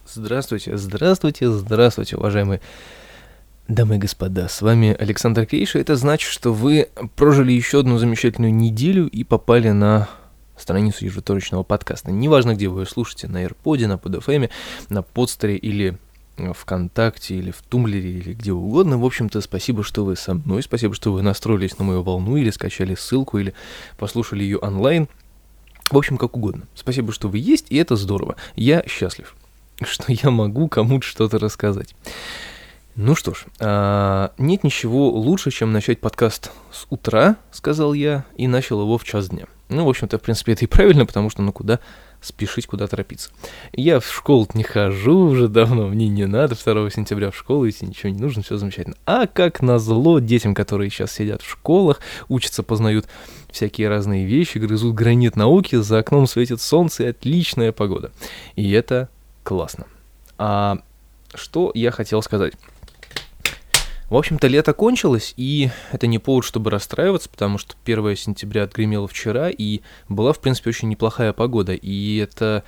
Здравствуйте, здравствуйте, здравствуйте, уважаемые дамы и господа. С вами Александр Кейша. Это значит, что вы прожили еще одну замечательную неделю и попали на страницу ежевторичного подкаста. Неважно, где вы ее слушаете, на AirPod, на PodFM, на Подстере или ВКонтакте, или в Тумблере, или где угодно. В общем-то, спасибо, что вы со мной, спасибо, что вы настроились на мою волну, или скачали ссылку, или послушали ее онлайн. В общем, как угодно. Спасибо, что вы есть, и это здорово. Я счастлив, что я могу кому-то что-то рассказать. Ну что ж, нет ничего лучше, чем начать подкаст с утра, сказал я, и начал его в час дня. Ну, в общем-то, в принципе, это и правильно, потому что, куда спешить, куда торопиться. Я в школу не хожу уже давно, мне не надо 2 сентября в школу идти, ничего не нужно, все замечательно. А как назло детям, которые сейчас сидят в школах, учатся, познают всякие разные вещи, грызут гранит науки, за окном светит солнце и отличная погода. И это классно. А что я хотел сказать? В общем-то, лето кончилось, и это не повод, чтобы расстраиваться, потому что 1 сентября отгремело вчера, и была, в принципе, очень неплохая погода. И это,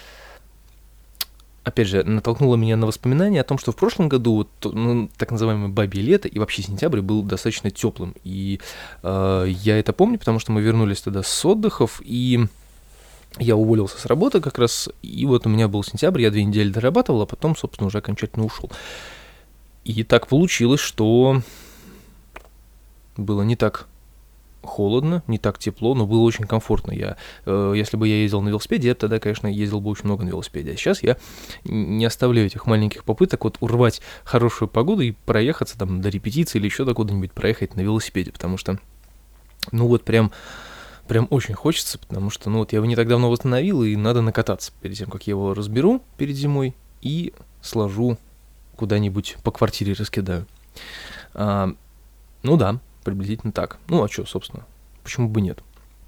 опять же, натолкнуло меня на воспоминания о том, что в прошлом году так называемое бабье лето и вообще сентябрь был достаточно теплым. И я это помню, потому что мы вернулись тогда с отдыхов, и я уволился с работы как раз, и вот у меня был сентябрь, я 2 недели дорабатывал, а потом, собственно, уже окончательно ушел. И так получилось, что было не так холодно, не так тепло, но было очень комфортно. Если бы я ездил на велосипеде, я тогда, конечно, ездил бы очень много на велосипеде. А сейчас я не оставляю этих маленьких попыток вот урвать хорошую погоду и проехаться там до репетиции или еще до куда-нибудь проехать на велосипеде, потому что, прям очень хочется, потому что, я его не так давно восстановил, и надо накататься перед тем, как я его разберу перед зимой и сложу куда-нибудь по квартире раскидаю. Да, приблизительно так. А что, собственно, почему бы нет?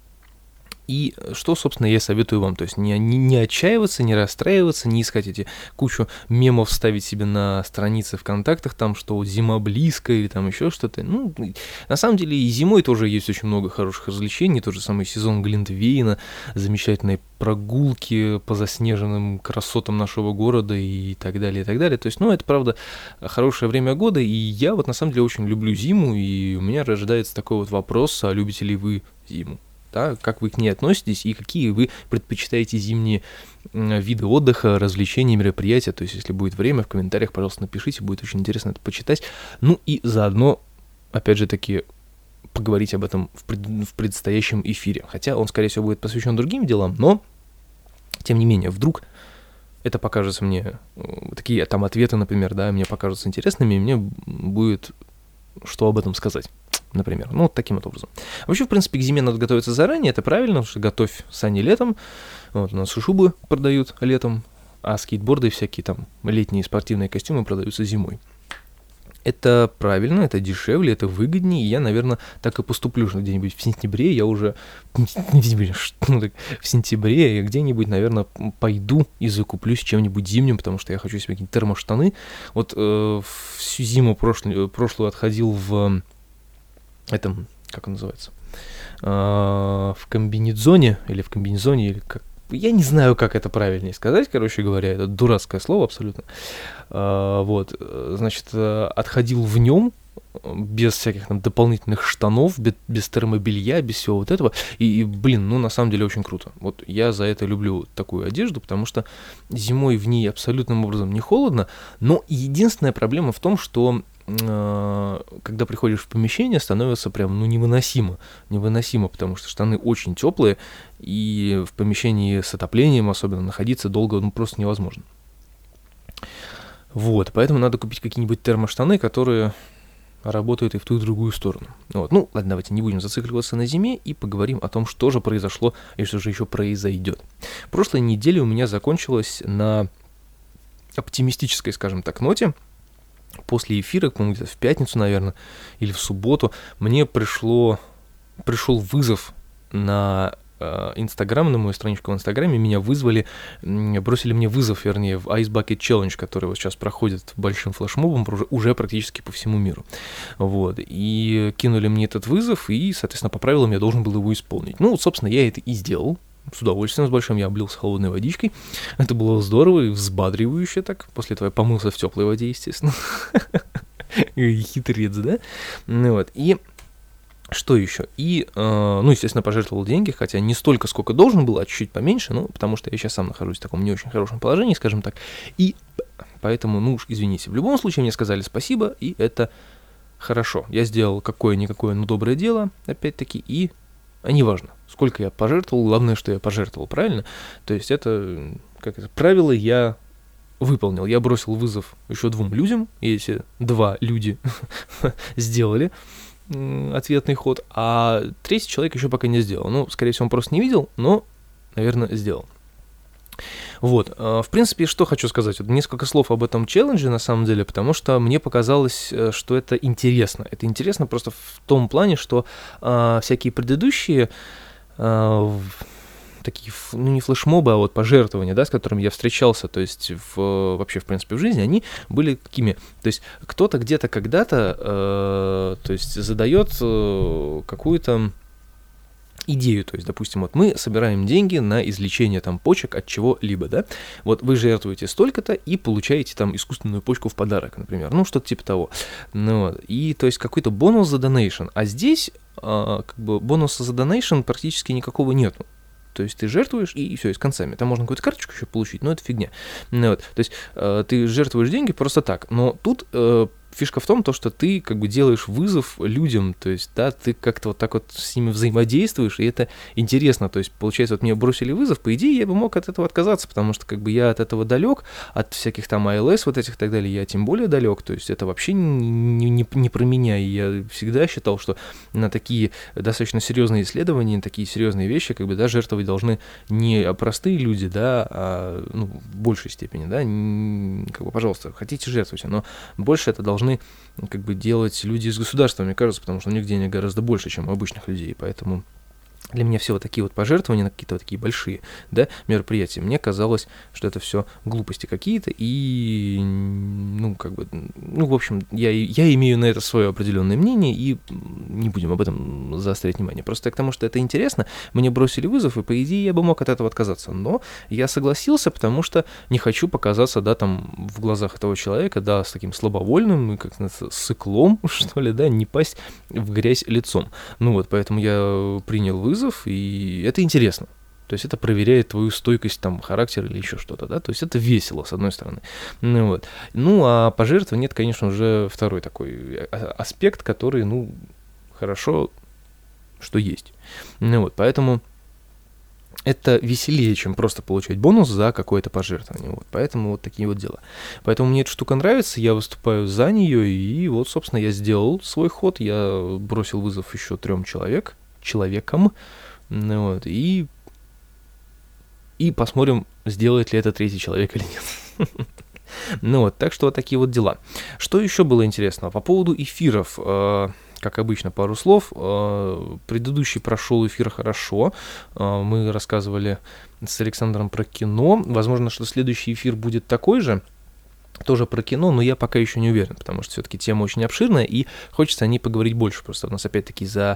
И что, собственно, я советую вам, то есть не отчаиваться, не расстраиваться, не искать эти кучу мемов ставить себе на странице ВКонтактах, там, что зима близко или там еще что-то. На самом деле и зимой тоже есть очень много хороших развлечений, тот же самый сезон Глинтвейна, замечательные прогулки по заснеженным красотам нашего города и так далее, и так далее. То есть, это, правда, хорошее время года, и я на самом деле очень люблю зиму, и у меня рождается такой вот вопрос, а любите ли вы зиму? Да, как вы к ней относитесь и какие вы предпочитаете зимние виды отдыха, развлечения, мероприятия. То есть, если будет время, в комментариях, пожалуйста, напишите, будет очень интересно это почитать. И заодно, опять же таки, поговорить об этом в предстоящем эфире. Хотя он, скорее всего, будет посвящен другим делам, но, тем не менее, вдруг это покажется мне, такие там ответы, например, да, мне покажутся интересными, и мне будет что об этом сказать. Например, таким вот образом. Вообще, в принципе, к зиме надо готовиться заранее, это правильно, потому что готовь сани летом. У нас и шубы продают летом, а скейтборды и всякие там летние спортивные костюмы продаются зимой. Это правильно, это дешевле, это выгоднее, и я, наверное, так и поступлю, что где-нибудь в сентябре в сентябре я где-нибудь, наверное, пойду и закуплюсь чем-нибудь зимним, потому что я хочу себе какие-то термоштаны. Всю зиму прошлую отходил в этом, как он называется, в комбинезоне, или как, я не знаю, как это правильнее сказать, короче говоря, это дурацкое слово абсолютно. Отходил в нем, без всяких там дополнительных штанов, без термобелья, без всего вот этого, и на самом деле очень круто. Я за это люблю такую одежду, потому что зимой в ней абсолютным образом не холодно, но единственная проблема в том, что когда приходишь в помещение, становится прям, невыносимо, потому что штаны очень теплые, и в помещении с отоплением особенно находиться долго, просто невозможно. Поэтому надо купить какие-нибудь термоштаны, которые работают и в ту, и в другую сторону. Ладно, давайте не будем зацикливаться на зиме и поговорим о том, что же произошло и что же еще произойдет. Прошлая неделя у меня закончилась на оптимистической, скажем так, ноте. После эфира, по-моему, где-то в пятницу, наверное, или в субботу, мне пришел вызов на Инстаграм, на мою страничку в Инстаграме, меня бросили мне вызов, вернее, в Ice Bucket Challenge, который вот сейчас проходит большим флешмобом уже практически по всему миру. И кинули мне этот вызов, и, соответственно, по правилам я должен был его исполнить. Собственно, я это и сделал. с удовольствием, с большим, я облился холодной водичкой. Это было здорово и взбадривающе так. После этого я помылся в теплой воде, естественно. Хитрец, да? Ну вот, и что еще? И, ну, естественно, пожертвовал деньги, хотя не столько, сколько должен был, а чуть-чуть поменьше, ну, потому что я сейчас сам нахожусь в таком не очень хорошем положении, скажем так. И поэтому, ну уж извините, в любом случае мне сказали спасибо, и это хорошо. Я сделал какое-никакое, но доброе дело, опять-таки, и неважно, сколько я пожертвовал, главное, что я пожертвовал, правильно? То есть это, правило я выполнил. Я бросил вызов еще 2 людям, и эти 2 люди сделали ответный ход, а 3-й человек еще пока не сделал. Ну, скорее всего, он просто не видел, но, наверное, сделал. Вот, в принципе, что хочу сказать, вот несколько слов об этом челлендже, на самом деле, потому что мне показалось, что это интересно. Это интересно просто в том плане, что всякие предыдущие такие, ну, не флешмобы, а вот пожертвования, да, с которыми я встречался, то есть вообще, в принципе, в жизни, они были какими? То есть кто-то где-то когда-то, то есть задает какую-то идею, то есть, допустим, вот мы собираем деньги на излечение там почек от чего-либо, да, вот вы жертвуете столько-то и получаете там искусственную почку в подарок, например, ну, что-то типа того, ну, вот. И, то есть, какой-то бонус за донейшн, а здесь, как бы, бонуса за донейшн практически никакого нету. То есть ты жертвуешь, и все, и с концами. Там можно какую-то карточку еще получить, но это фигня. Ну, вот. То есть ты жертвуешь деньги просто так. Но тут фишка в том, что ты как бы делаешь вызов людям, то есть, да, ты как-то вот так вот с ними взаимодействуешь, и это интересно. То есть, получается, вот мне бросили вызов, по идее, я бы мог от этого отказаться, потому что как бы я от этого далек, от всяких там ALS вот этих и так далее, я тем более далек, то есть это вообще не про меня, и я всегда считал, что на такие достаточно серьезные исследования, на такие серьезные вещи, как бы, да, жертвовать должны не простые люди, да, а, ну, в большей степени, да, как бы, пожалуйста, хотите жертвуйте, но больше это должны как бы делать люди из государства, мне кажется, потому что у них денег гораздо больше, чем у обычных людей, поэтому для меня все вот такие вот пожертвования на какие-то вот такие большие, да, мероприятия, мне казалось, что это все глупости какие-то, и, ну, как бы, ну, в общем, я имею на это свое определенное мнение, и не будем об этом заострять внимание, просто к тому, что это интересно, мне бросили вызов, и, по идее, я бы мог от этого отказаться, но я согласился, потому что не хочу показаться, да, там, в глазах этого человека, да, с таким слабовольным, как-то сыклом, что ли, да, не пасть в грязь лицом, ну, вот, поэтому я принял вызов, и это интересно. То есть это проверяет твою стойкость, там, характер или еще что-то, да, то есть это весело, с одной стороны. Ну, вот. Ну, а пожертвование, это, конечно, уже второй такой аспект, который, ну, хорошо, что есть. Ну, вот, поэтому это веселее, чем просто получать бонус за какое-то пожертвование. Вот, поэтому вот такие вот дела. Поэтому мне эта штука нравится, я выступаю за нее, и вот, собственно, я сделал свой ход, я бросил вызов еще 3 человекам, вот, и посмотрим, сделает ли это 3-й человек или нет. Ну вот, так что вот такие вот дела. Что еще было интересного? По поводу эфиров, как обычно, пару слов. Предыдущий прошел эфир хорошо, мы рассказывали с Александром про кино, возможно, что следующий эфир будет такой же, тоже про кино, но я пока еще не уверен, потому что все-таки тема очень обширная, и хочется о ней поговорить больше. Просто у нас опять-таки за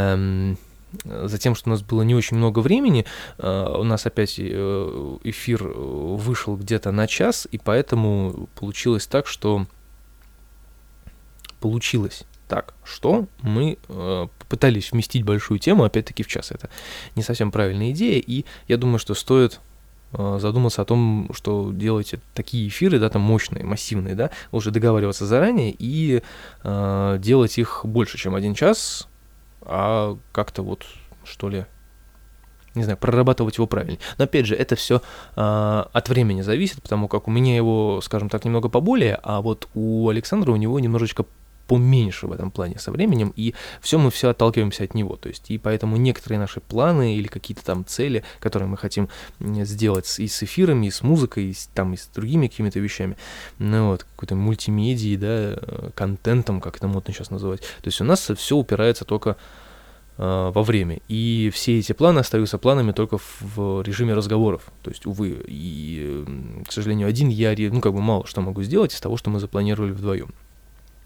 тем, что у нас было не очень много времени, у нас опять эфир вышел где-то на час, и поэтому получилось так, что мы попытались вместить большую тему, опять-таки, в час. Это не совсем правильная идея, и я думаю, что стоит задуматься о том, что делаете такие эфиры, да, там мощные, массивные, да, уже договариваться заранее и делать их больше, чем 1 час, а как-то вот, что ли, не знаю, прорабатывать его правильно. Но опять же, это все от времени зависит, потому как у меня его, скажем так, немного поболее, а вот у Александра у него немножечко поменьше в этом плане со временем, и все отталкиваемся от него, то есть, и поэтому некоторые наши планы или какие-то там цели, которые мы хотим сделать и с эфирами, и с музыкой, и с другими какими-то вещами, ну вот, какой-то мультимедией, да, контентом, как это модно сейчас называть, то есть у нас все упирается только во время, и все эти планы остаются планами только в режиме разговоров, то есть, увы, и, к сожалению, один я, мало что могу сделать из того, что мы запланировали вдвоем.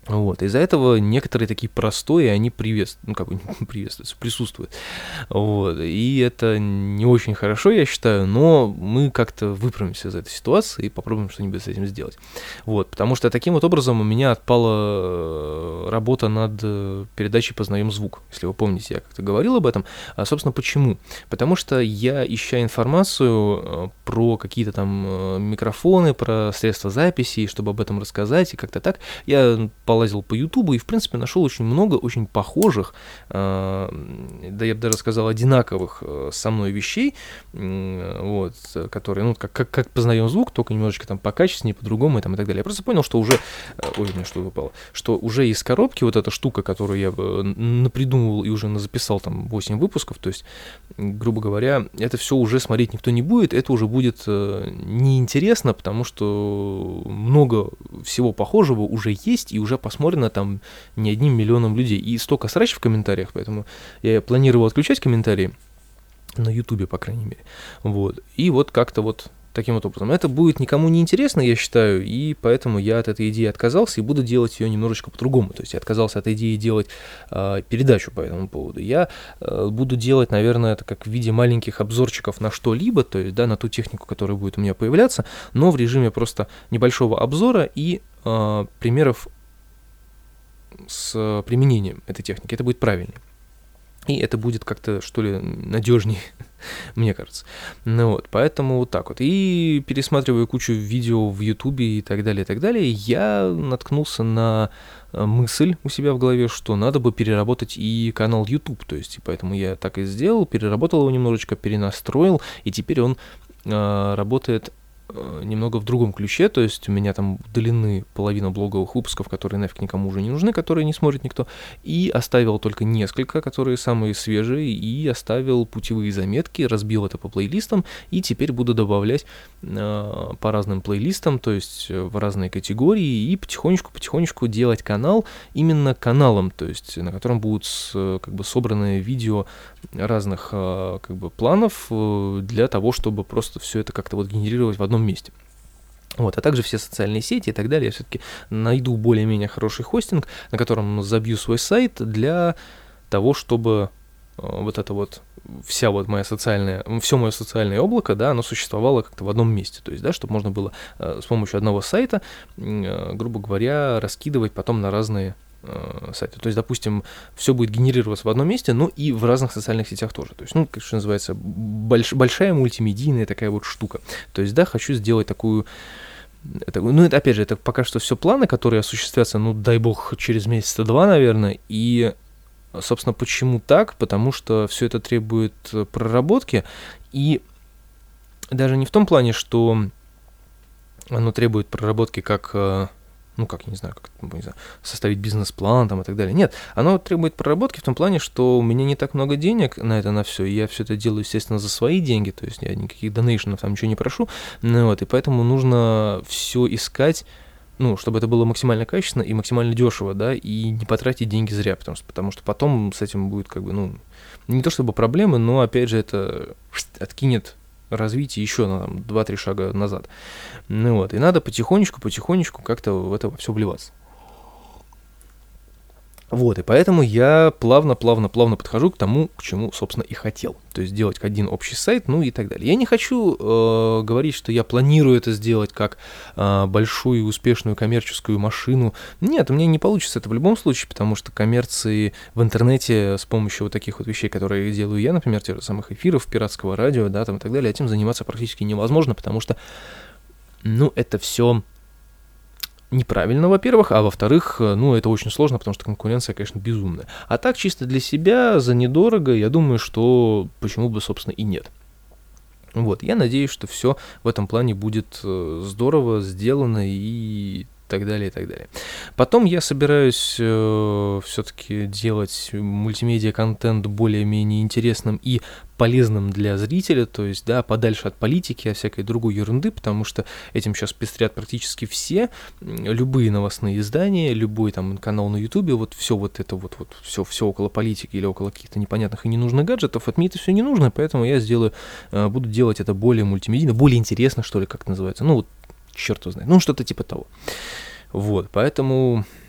Вот, из-за этого некоторые такие простои, они ну, как бы приветствуются, присутствуют. Вот, и это не очень хорошо, я считаю, но мы как-то выправимся из этой ситуации и попробуем что-нибудь с этим сделать. Вот, потому что таким вот образом у меня отпала работа над передачей «Познаем звук». Если вы помните, я как-то говорил об этом. А, собственно, почему? Потому что я, ища информацию про какие-то там микрофоны, про средства записи, чтобы об этом рассказать, и как-то так, я полазил по Ютубу и, в принципе, нашел очень много очень похожих, да я бы даже сказал, одинаковых со мной вещей, вот, которые, ну, как познаем звук, только немножечко там покачественнее, по-другому и, там, и так далее. Я просто понял, что уже, ой, у меня что выпало, что уже из коробки вот эта штука, которую я напридумывал и уже записал там 8 выпусков, то есть, грубо говоря, это все уже смотреть никто не будет, это уже будет неинтересно, потому что много всего похожего уже есть и уже посмотрено там не 1 миллионом людей. И столько срачей в комментариях, поэтому я планировал отключать комментарии на Ютубе, по крайней мере. Вот. И вот как-то вот таким вот образом. Это будет никому не интересно, я считаю, и поэтому я от этой идеи отказался и буду делать ее немножечко по-другому. То есть я отказался от идеи делать передачу по этому поводу. Я буду делать, наверное, это как в виде маленьких обзорчиков на что-либо, то есть, да, на ту технику, которая будет у меня появляться, но в режиме просто небольшого обзора и примеров с применением этой техники. Это будет правильнее. И это будет как-то, что ли, надежнее, мне кажется. Ну вот, поэтому вот так вот. И пересматривая кучу видео в Ютубе и так далее, я наткнулся на мысль у себя в голове, что надо бы переработать и канал YouTube. То есть, и поэтому я так и сделал, переработал его немножечко, перенастроил, и теперь он работает немного в другом ключе, то есть у меня там удалены половина блоговых выпусков, которые нафиг никому уже не нужны, которые не смотрит никто, и оставил только несколько, которые самые свежие, и оставил путевые заметки, разбил это по плейлистам, и теперь буду добавлять по разным плейлистам, то есть в разные категории, и потихонечку делать канал именно каналом, то есть на котором будут как бы собраны видео разных как бы планов для того, чтобы просто все это как-то вот генерировать в одном месте. Вот, а также все социальные сети и так далее. Я все-таки найду более-менее хороший хостинг, на котором забью свой сайт для того, чтобы вот это вот все мое социальное облако, да, оно существовало как-то в одном месте. То есть, да, чтобы можно было с помощью одного сайта, грубо говоря, раскидывать потом на разные сайты. То есть, допустим, все будет генерироваться в одном месте, но и в разных социальных сетях тоже. То есть, ну, как что называется, большая мультимедийная такая вот штука. То есть, да, хочу сделать такую... ну, это, опять же, это пока что все планы, которые осуществятся, ну, дай бог, через месяца 2, наверное, и, собственно, почему так? Потому что все это требует проработки, и даже не в том плане, что оно требует проработки как... ну, как, не знаю, составить бизнес-план там и так далее. Нет, оно требует проработки в том плане, что у меня не так много денег на все, и я все это делаю, естественно, за свои деньги, то есть я никаких донейшенов там ничего не прошу, ну, вот, и поэтому нужно все искать, ну, чтобы это было максимально качественно и максимально дешево, да, и не потратить деньги зря, потому что потом с этим будет как бы, ну, не то чтобы проблемы, но, опять же, это откинет развитие еще на 2-3 шага назад. Ну вот, и надо потихонечку как-то в это все вливаться. Вот, и поэтому я плавно подхожу к тому, к чему, собственно, и хотел. То есть сделать один общий сайт, ну и так далее. Я не хочу говорить, что я планирую это сделать как большую успешную коммерческую машину. Нет, у меня не получится это в любом случае, потому что коммерции в интернете с помощью вот таких вот вещей, которые делаю я, например, тех же самых эфиров, пиратского радио, да, там и так далее, этим заниматься практически невозможно, потому что, ну, это все... неправильно, во-первых, а во-вторых, ну, это очень сложно, потому что конкуренция, конечно, безумная. А так, чисто для себя, за недорого, я думаю, что почему бы, собственно, и нет. Вот, я надеюсь, что все в этом плане будет здорово сделано и так далее, и так далее. Потом я собираюсь все-таки делать мультимедиа-контент более-менее интересным и полезным для зрителя, то есть, да, подальше от политики, от всякой другой ерунды, потому что этим сейчас пестрят практически все, любые новостные издания, любой там канал на Ютубе, вот все вот это вот все около политики или около каких-то непонятных и ненужных гаджетов, от мне это все не нужно, поэтому я буду делать это более мультимедийно, более интересно, что ли, как это называется, ну вот, черт его знает, ну что-то типа того. Вот, поэтому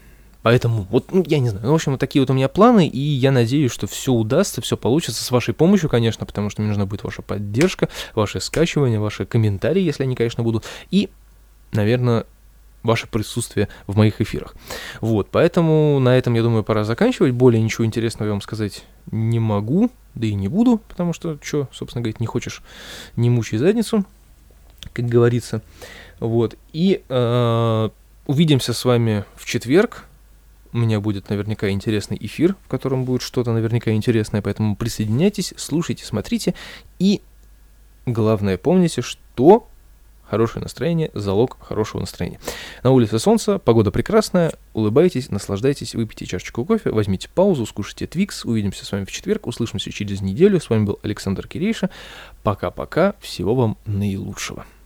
Поэтому, вот, ну, я не знаю, ну, в общем, вот такие вот у меня планы, и я надеюсь, что все удастся, все получится с вашей помощью, конечно, потому что мне нужна будет ваша поддержка, ваше скачивание, ваши комментарии, если они, конечно, будут, и, наверное, ваше присутствие в моих эфирах. Вот, поэтому на этом, я думаю, пора заканчивать. Более ничего интересного я вам сказать не могу, да и не буду, потому что, что, собственно говоря, не хочешь, не мучай задницу, как говорится. Вот, и увидимся с вами в четверг. У меня будет наверняка интересный эфир, в котором будет что-то наверняка интересное, поэтому присоединяйтесь, слушайте, смотрите. И главное, помните, что хорошее настроение – залог хорошего настроения. На улице солнце, погода прекрасная, улыбайтесь, наслаждайтесь, выпейте чашечку кофе, возьмите паузу, скушайте Твикс. Увидимся с вами в четверг, услышимся через неделю. С вами был Александр Кирейша. Пока-пока, всего вам наилучшего.